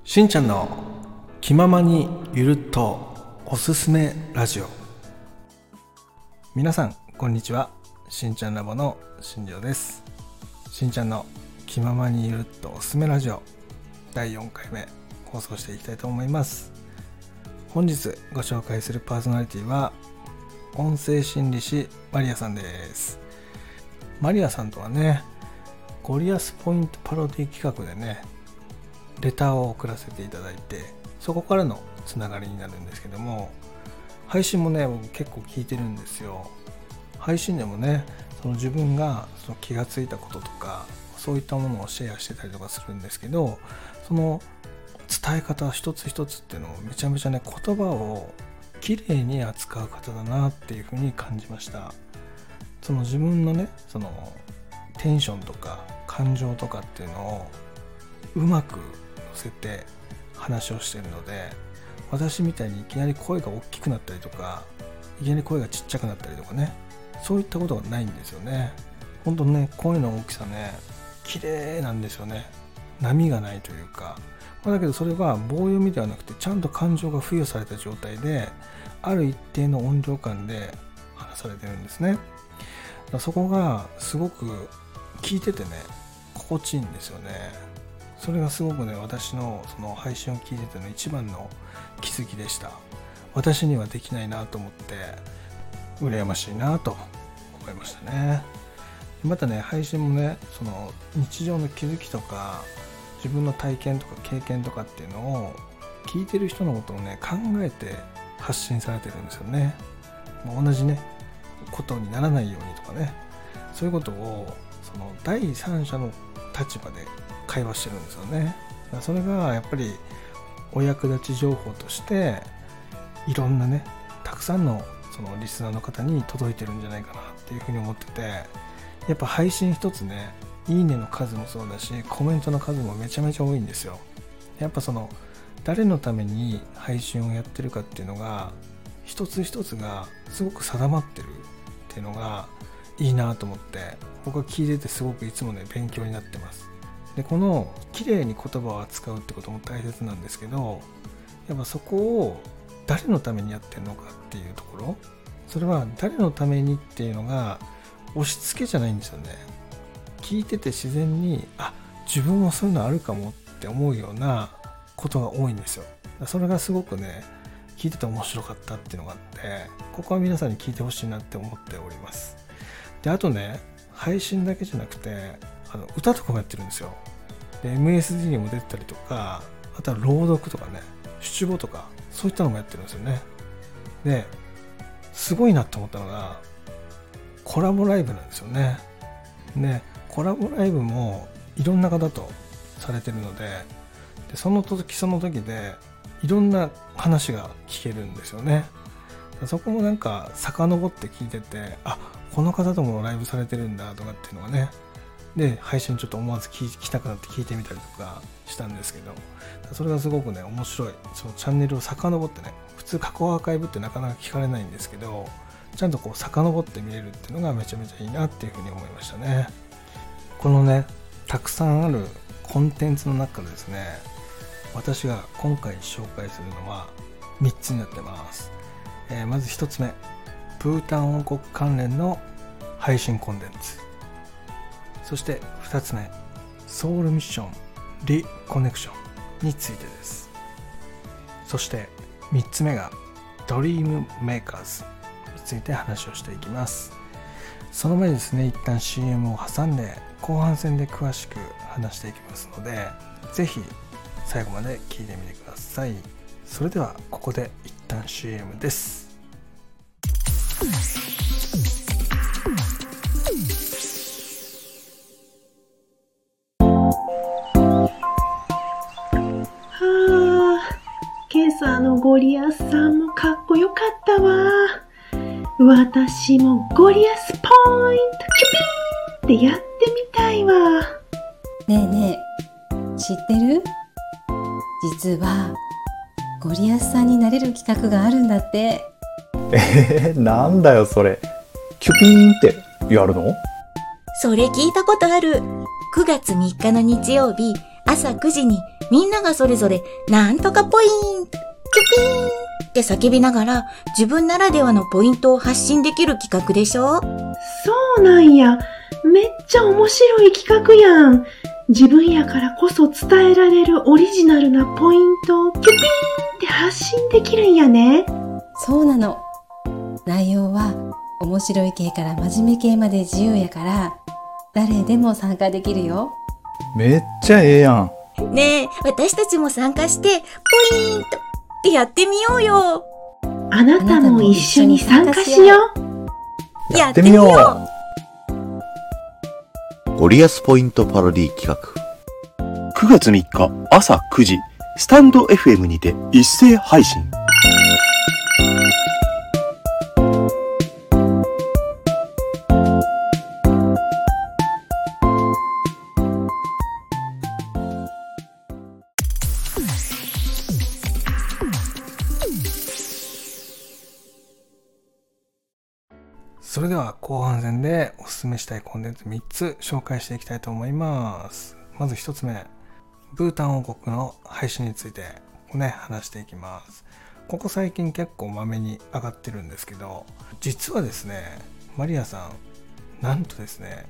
しんちゃんの気ままにゆるっとおすすめラジオ。皆さんこんにちは。しんちゃんラボの新庄です。しんちゃんの気ままにゆるっとおすすめラジオ第4回目放送していきたいと思います。本日ご紹介するパーソナリティは音声心理師マリアさんです。マリアさんとはね、ゴリアスポイントパロディ企画でねレターを送らせていただいて、そこからのつながりになるんですけども、配信もね僕結構聞いてるんですよ。配信でもねその自分がその気がついたこととかそういったものをシェアしてたりとかするんですけど、その伝え方一つ一つっていうのをめちゃめちゃね言葉をきれいに扱う方だなっていうふうに感じました。その自分のねそのテンションとか感情とかっていうのをうまく乗せて話をしているので、私みたいにいきなり声が大きくなったりとかいきなり声がちっちゃくなったりとかね、そういったことがないんですよね。ほんとね声の大きさね綺麗なんですよね。波がないというか、だけどそれは棒読みではなくてちゃんと感情が付与された状態である一定の音量感で話されてるんですね。だからそこがすごく聞いててね心地いいんですよね。それがすごくね私のその配信を聞いてての一番の気づきでした。私にはできないなと思って羨ましいなと思いましたね。またね配信もねその日常の気づきとか自分の体験とか経験とかっていうのを聞いてる人のことをね考えて発信されてるんですよね。同じねことにならないようにとかね、そういうことをその第三者の立場で会話してるんですよね。それがやっぱりお役立ち情報としていろんなねたくさんのそのリスナーの方に届いてるんじゃないかなっていうふうに思ってて、やっぱ配信一つねいいねの数もそうだしコメントの数もめちゃめちゃ多いんですよ。やっぱその誰のために配信をやってるかっていうのが一つ一つがすごく定まってるっていうのがいいなと思って、僕は聞いててすごくいつもね勉強になってます。でこの綺麗に言葉を扱うってことも大切なんですけど、やっぱそこを誰のためにやってるのかっていうところ、それは誰のためにっていうのが押し付けじゃないんですよね。聞いてて自然に自分もそういうのあるかもって思うようなことが多いんですよ。それがすごくね聞いてて面白かったっていうのがあって、ここは皆さんに聞いてほしいなって思っております。であとね配信だけじゃなくて歌とかもやってるんですよ。で MSD にも出てたりとか、あとは朗読とかね七五とかそういったのもやってるんですよね。ですごいなと思ったのがコラボライブなんですよね。でコラボライブもいろんな方とされてるので、その時その時でいろんな話が聞けるんですよね。そこもなんか遡って聞いてて、この方ともライブされてるんだとかっていうのがね、で配信ちょっと思わず聞きたくなって聞いてみたりとかしたんですけど、それがすごくね面白い。そのチャンネルを遡ってね、普通過去アーカイブってなかなか聞かれないんですけど、ちゃんとこう遡って見れるっていうのがめちゃめちゃいいなっていうふうに思いましたね。このねたくさんあるコンテンツの中からですね、私が今回紹介するのは3つになってます。まず1つ目、ブータン王国関連の配信コンテンツ。そして2つ目、ソウルミッションリコネクションについてです。そして3つ目がドリームメーカーズについて話をしていきます。その前にですね一旦 CM を挟んで後半戦で詳しく話していきますので、ぜひ最後まで聞いてみてください。それではここで一旦 CM です。 今朝のゴリアスさんもかっこよかったわ。私もゴリアスポイントキュピーってやってみたいわ。 ねえねえ、知ってる？実はゴリアスさんになれる企画があるんだって。 なんだよそれ。キュピーンってやるの？ それ聞いたことある。9月3日の日曜日朝9時にみんながそれぞれなんとかポイント、キュピーンって叫びながら自分ならではのポイントを発信できる企画でしょ。 そうなんや。めっちゃ面白い企画やん。自分やからこそ伝えられるオリジナルなポイントをキュピーンって発信できるんやね。 そうなの。内容は面白い系から真面目系まで自由やから、誰でも参加できるよ。 めっちゃええやん。 ねえ、私たちも参加してポイントってやってみようよ。 あなたも一緒に参加しよう。 やってみよう。 ゴリアスポイントパロディ企画。 9月3日朝9時、スタンド FM にて一斉配信。 それでは後半戦でおすすめしたいコンテンツ3つ紹介していきたいと思います。まず1つ目、ブータン王国の配信について話していきます。ここ最近結構まめに上がってるんですけど、実はですね、マリアさんなんとですね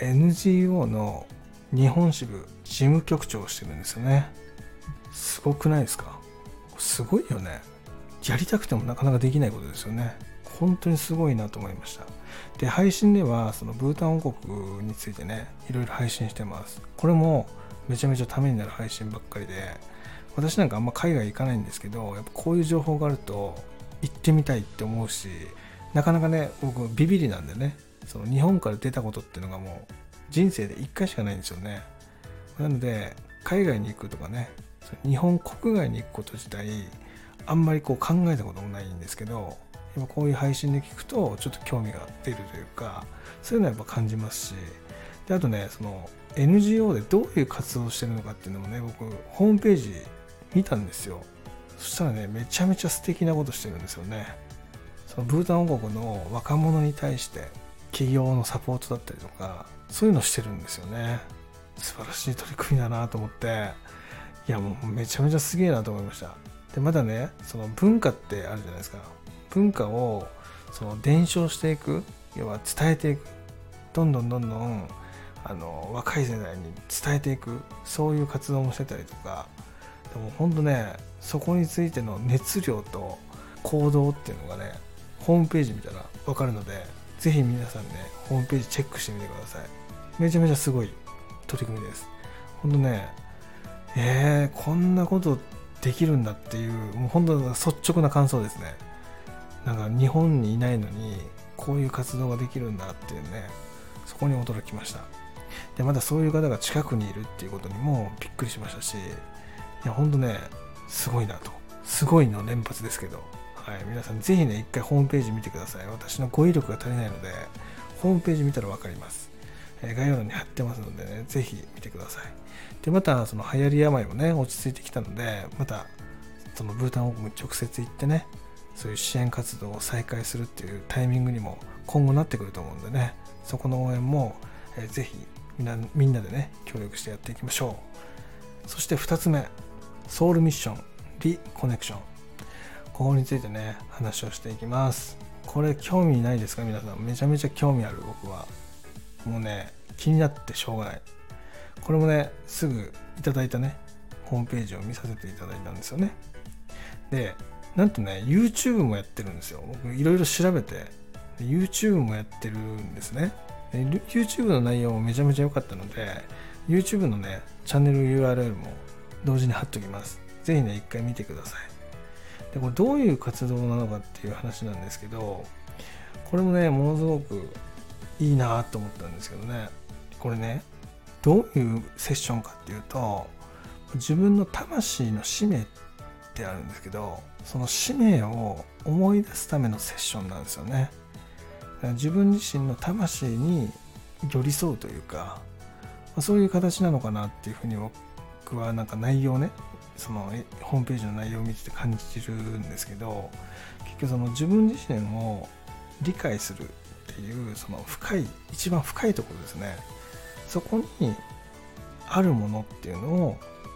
NGO の日本支部事務局長をしてるんですよね。すごくないですか？すごいよね。やりたくてもなかなかできないことですよね。本当にすごいなと思いました。で、配信ではそのブータン王国についてね、いろいろ配信してます。これもめちゃめちゃためになる配信ばっかりで、私なんかあんま海外行かないんですけど、やっぱこういう情報があると行ってみたいって思うし、なかなかね、僕ビビりなんでね、その日本から出たことっていうのがもう人生で1回しかないんですよね。なので海外に行くとかね、日本国外に行くこと自体あんまりこう考えたこともないんですけど、今こういう配信で聞くとちょっと興味が出るというか、そういうのはやっぱ感じますし、であとね、その NGO でどういう活動をしてるのかっていうのもね、僕ホームページ見たんですよ。そしたらね、めちゃめちゃ素敵なことしてるんですよね。そのブータン王国の若者に対して企業のサポートだったりとか、そういうのしてるんですよね。素晴らしい取り組みだなと思って、いやもうめちゃめちゃすげえなと思いました。でまだね、その文化ってあるじゃないですか。文化をその伝承していく、要は伝えていく、どんどん若い世代に伝えていく、そういう活動もしてたりとか、でも本当ね、そこについての熱量と行動っていうのがね、ホームページ見たら分かるので、ぜひ皆さんね、ホームページチェックしてみてください。めちゃめちゃすごい取り組みです。本当ね、こんなことできるんだっていう、もう本当率直な感想ですね。なんか日本にいないのにこういう活動ができるんだっていうね、そこに驚きました。でまだそういう方が近くにいるっていうことにもびっくりしましたし、いや本当ね、すごいなと。すごいの連発ですけど、はい、皆さんぜひね、一回ホームページ見てください。私の語彙力が足りないのでホームページ見たら分かります。概要欄に貼ってますのでね、ぜひ見てください。でまたその流行り病もね、落ち着いてきたので、またそのブータン王国に直接行ってね、そういう支援活動を再開するっていうタイミングにも今後なってくると思うんでね、そこの応援も、ぜひみんなでね、協力してやっていきましょう。そして2つ目、ソウルミッションリコネクション、ここについてね、話をしていきます。これ興味ないですか皆さん？めちゃめちゃ興味ある。僕はもうね、気になってしょうがない。これもね、すぐいただいたね、ホームページを見させていただいたんですよね。でなんとね、YouTube もやってるんですよ。僕いろいろ調べて YouTube もやってるんですね。で YouTube の内容もめちゃめちゃ良かったので、 YouTube のねチャンネル URL も同時に貼っときます。ぜひね、一回見てください。でこれどういう活動なのかっていう話なんですけど、これもね、ものすごくいいなと思ったんですけどね、これね、どういうセッションかっていうと、自分の魂の使命ってあるんですけど、その使命を思い出すためのセッションなんですよね。自分自身の魂に寄り添うというか、そういう形なのかなっていうふうに僕はなんか内容ね、そのホームページの内容を見てて感じるんですけど、結局その自分自身を理解するっていうその一番深いところですね。そこにあるものっていうのを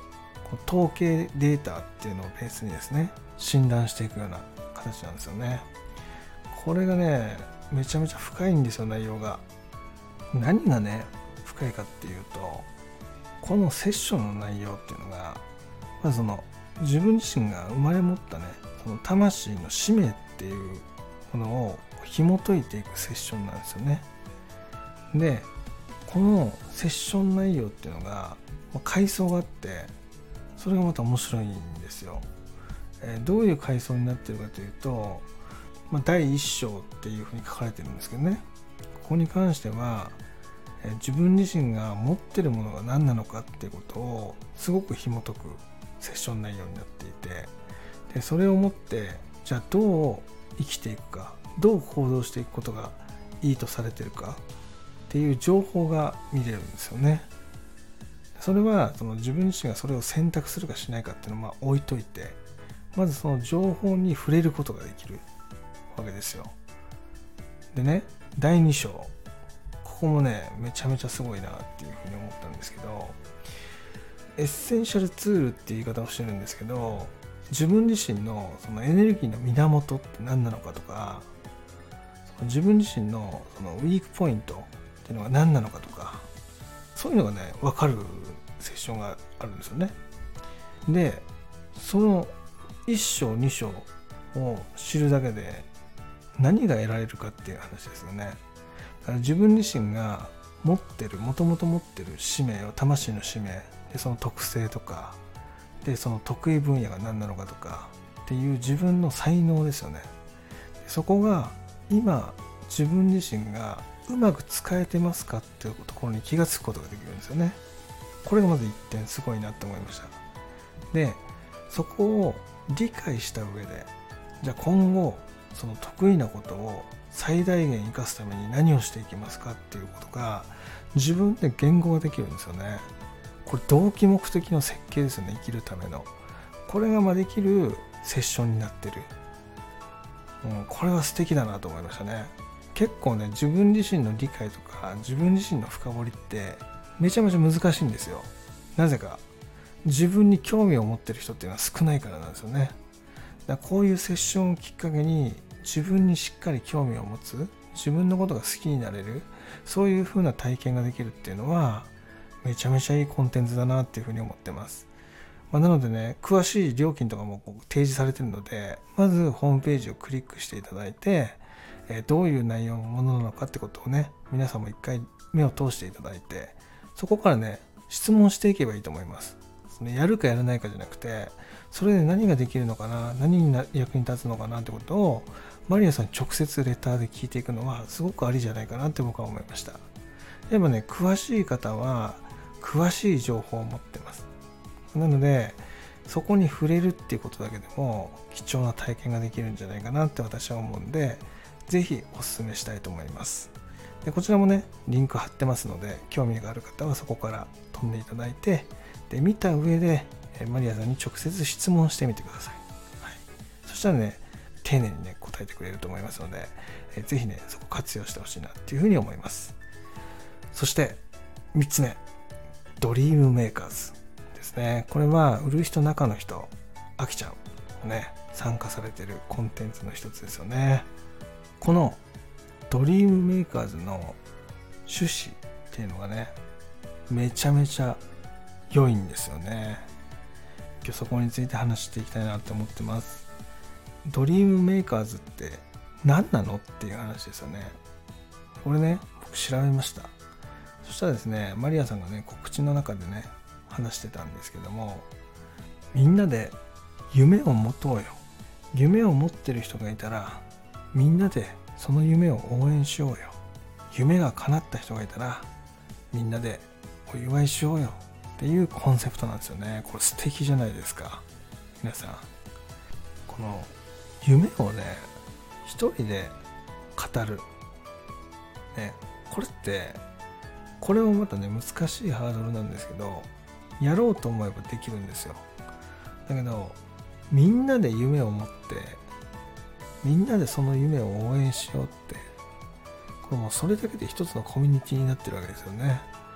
統計データっていうのをベースにですね、診断していくような形なんですよね。これがね、めちゃめちゃ深いんですよ、内容が。何がね、深いかっていうと、このセッションの内容っていうのが、まずその自分自身が生まれ持ったね、その魂の使命っていうものを紐解いていくセッションなんですよね。で、このセッション内容っていうのが階層があって、それがまた面白いんですよ。どういう階層になっているかというと、第1章っていうふうに書かれてるんですけどね、ここに関しては自分自身が持っているものが何なのかっていうことをすごく紐解くセッション内容になっていて、でそれをもってじゃあどう生きていくか、どう行動していくことがいいとされているかっていう情報が見れるんですよね。それはその自分自身がそれを選択するかしないかっていうのを置いといて、まずその情報に触れることができるわけですよ。でね、第2章、ここもねめちゃめちゃすごいなっていうふうに思ったんですけど、エッセンシャルツールっていう言い方をしてるんですけど、自分自身のそのエネルギーの源って何なのかとか、自分自身のそのウィークポイントっていうのが何なのかとか、そういうのがね分かるセッションがあるんですよね。で、その1章2章を知るだけで何が得られるかっていう話ですよね。だから自分自身がもともと持ってる使命を、魂の使命で、その特性とかで、その得意分野が何なのかとかっていう自分の才能ですよね。そこが今自分自身がうまく使えてますかっていうところに気がつくことができるんですよね。これがまず一点すごいなって思いました。で、そこを理解した上で、じゃあ今後その得意なことを最大限生かすために何をしていきますかっていうことが自分で言語ができるんですよね。これ動機目的の設計ですよね、生きるための。これができるセッションになってる。これは素敵だなと思いましたね。結構ね、自分自身の理解とか自分自身の深掘りってめちゃめちゃ難しいんですよ。なぜか、自分に興味を持ってる人っていうのは少ないからなんですよね。だからこういうセッションをきっかけに自分にしっかり興味を持つ、自分のことが好きになれる、そういう風な体験ができるっていうのはめちゃめちゃいいコンテンツだなっていう風に思ってます。なのでね、詳しい料金とかも提示されているので、まずホームページをクリックしていただいて、どういう内容のものなのかってことをね、皆さんも一回目を通していただいて、そこからね、質問していけばいいと思います。やるかやらないかじゃなくて、それで何ができるのかな、何に役に立つのかなってことをマリアさんに直接レターで聞いていくのはすごくありじゃないかなって僕は思いました。でもね、詳しい方は詳しい情報を持ってます。なのでそこに触れるっていうことだけでも貴重な体験ができるんじゃないかなって私は思うんで、ぜひお勧めしたいと思います。でこちらもね、リンク貼ってますので、興味がある方はそこから飛んでいただいて、で見た上でマリアさんに直接質問してみてください。はい、そしたらね、丁寧にね答えてくれると思いますので、ぜひねそこ活用してほしいなっていうふうに思います。そして3つ目、ドリームメーカーズですね。これは売る人中の人、あきちゃんもね参加されているコンテンツの一つですよね。このドリームメーカーズの趣旨っていうのがね、めちゃめちゃ良いんですよね。今日そこについて話していきたいなと思ってます。ドリームメーカーズって何なのっていう話ですよね。これね、僕調べました。そしたらですね、マリアさんがね告知の中でね話してたんですけども、みんなで夢を持とうよ。夢を持ってる人がいたらみんなでその夢を応援しようよ。夢が叶った人がいたらみんなでお祝いしようよっていうコンセプトなんですよね。これ素敵じゃないですか。皆さん、この夢をね一人で語るね、これってこれもまたね難しいハードルなんですけど、やろうと思えばできるんですよ。だけどみんなで夢を持ってみんなでその夢を応援しようって、これもうそれだけで一つのコミュニティになってるわけですよね。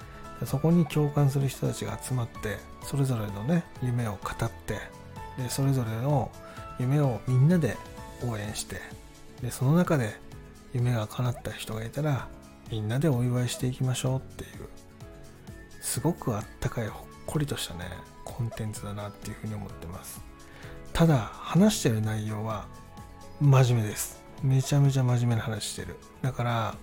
そこに共感する人たちが集まって、それぞれのね夢を語って、でそれぞれの夢をみんなで応援して、でその中で夢が叶った人がいたらみんなでお祝いしていきましょうっていう、すごくあったかいほっこりとしたねコンテンツだなっていうふうに思ってます。ただ話してる内容は真面目です。めちゃめちゃ真面目な話してる。だから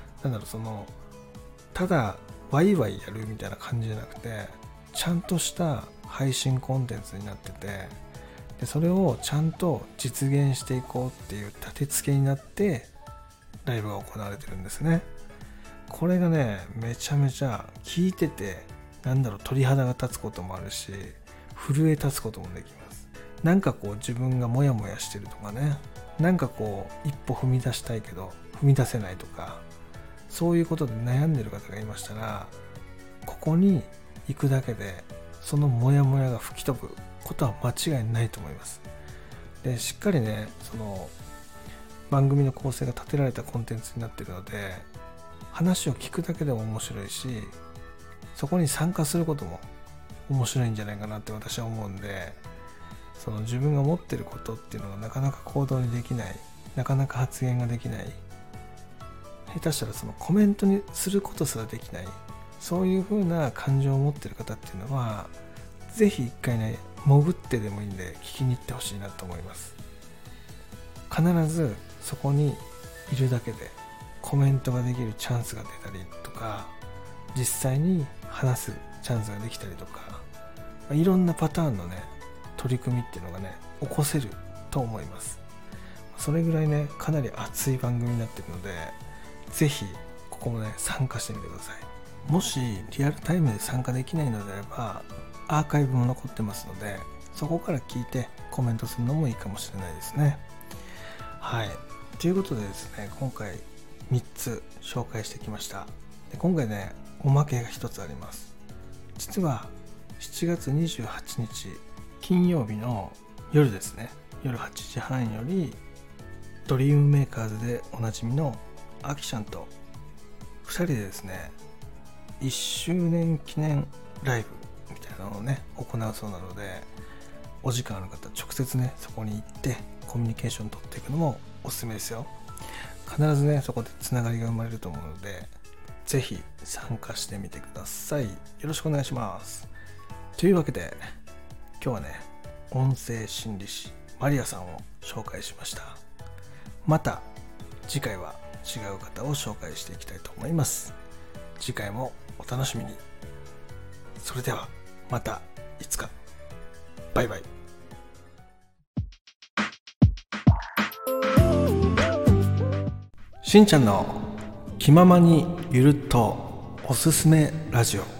ただワイワイやるみたいな感じじゃなくて、ちゃんとした配信コンテンツになってて、でそれをちゃんと実現していこうっていう立て付けになってライブが行われてるんですね。これがねめちゃめちゃ聞いてて鳥肌が立つこともあるし、震え立つこともできます。なんかこう自分がモヤモヤしてるとかね、なんかこう一歩踏み出したいけど踏み出せないとか、そういうことで悩んでる方がいましたら、ここに行くだけでそのモヤモヤが吹き飛ぶことは間違いないと思います。でしっかりねその番組の構成が立てられたコンテンツになっているので、話を聞くだけでも面白いし、そこに参加することも面白いんじゃないかなって私は思うんで、その自分が持ってることっていうのがなかなか行動にできない、なかなか発言ができない、下手したらそのコメントにすることすらできない、そういう風な感情を持ってる方っていうのはぜひ一回ね潜ってでもいいんで聞きに行ってほしいなと思います。必ずそこにいるだけでコメントができるチャンスが出たりとか、実際に話すチャンスができたりとか、いろんなパターンのね取り組みっていうのがね起こせると思います。それぐらいねかなり熱い番組になっているので、ぜひここもね参加してみてください。もしリアルタイムで参加できないのであればアーカイブも残ってますので、そこから聞いてコメントするのもいいかもしれないですね。はい、ということでですね、今回3つ紹介してきました。で今回ねおまけが1つあります。実は7月28日金曜日の夜ですね、夜8時半よりドリームメーカーズでおなじみのアキちゃんと2人でですね1周年記念ライブみたいなのをね行うそうなので、お時間ある方直接ねそこに行ってコミュニケーション取っていくのもおすすめですよ。必ずねそこでつながりが生まれると思うので、ぜひ参加してみてください。よろしくお願いします。というわけで今日はね音声心理師マリアさんを紹介しました。また次回は違う方を紹介していきたいと思います。次回もお楽しみに。それではまたいつか。バイバイ。しんちゃんの気ままにゆるっとおすすめラジオ。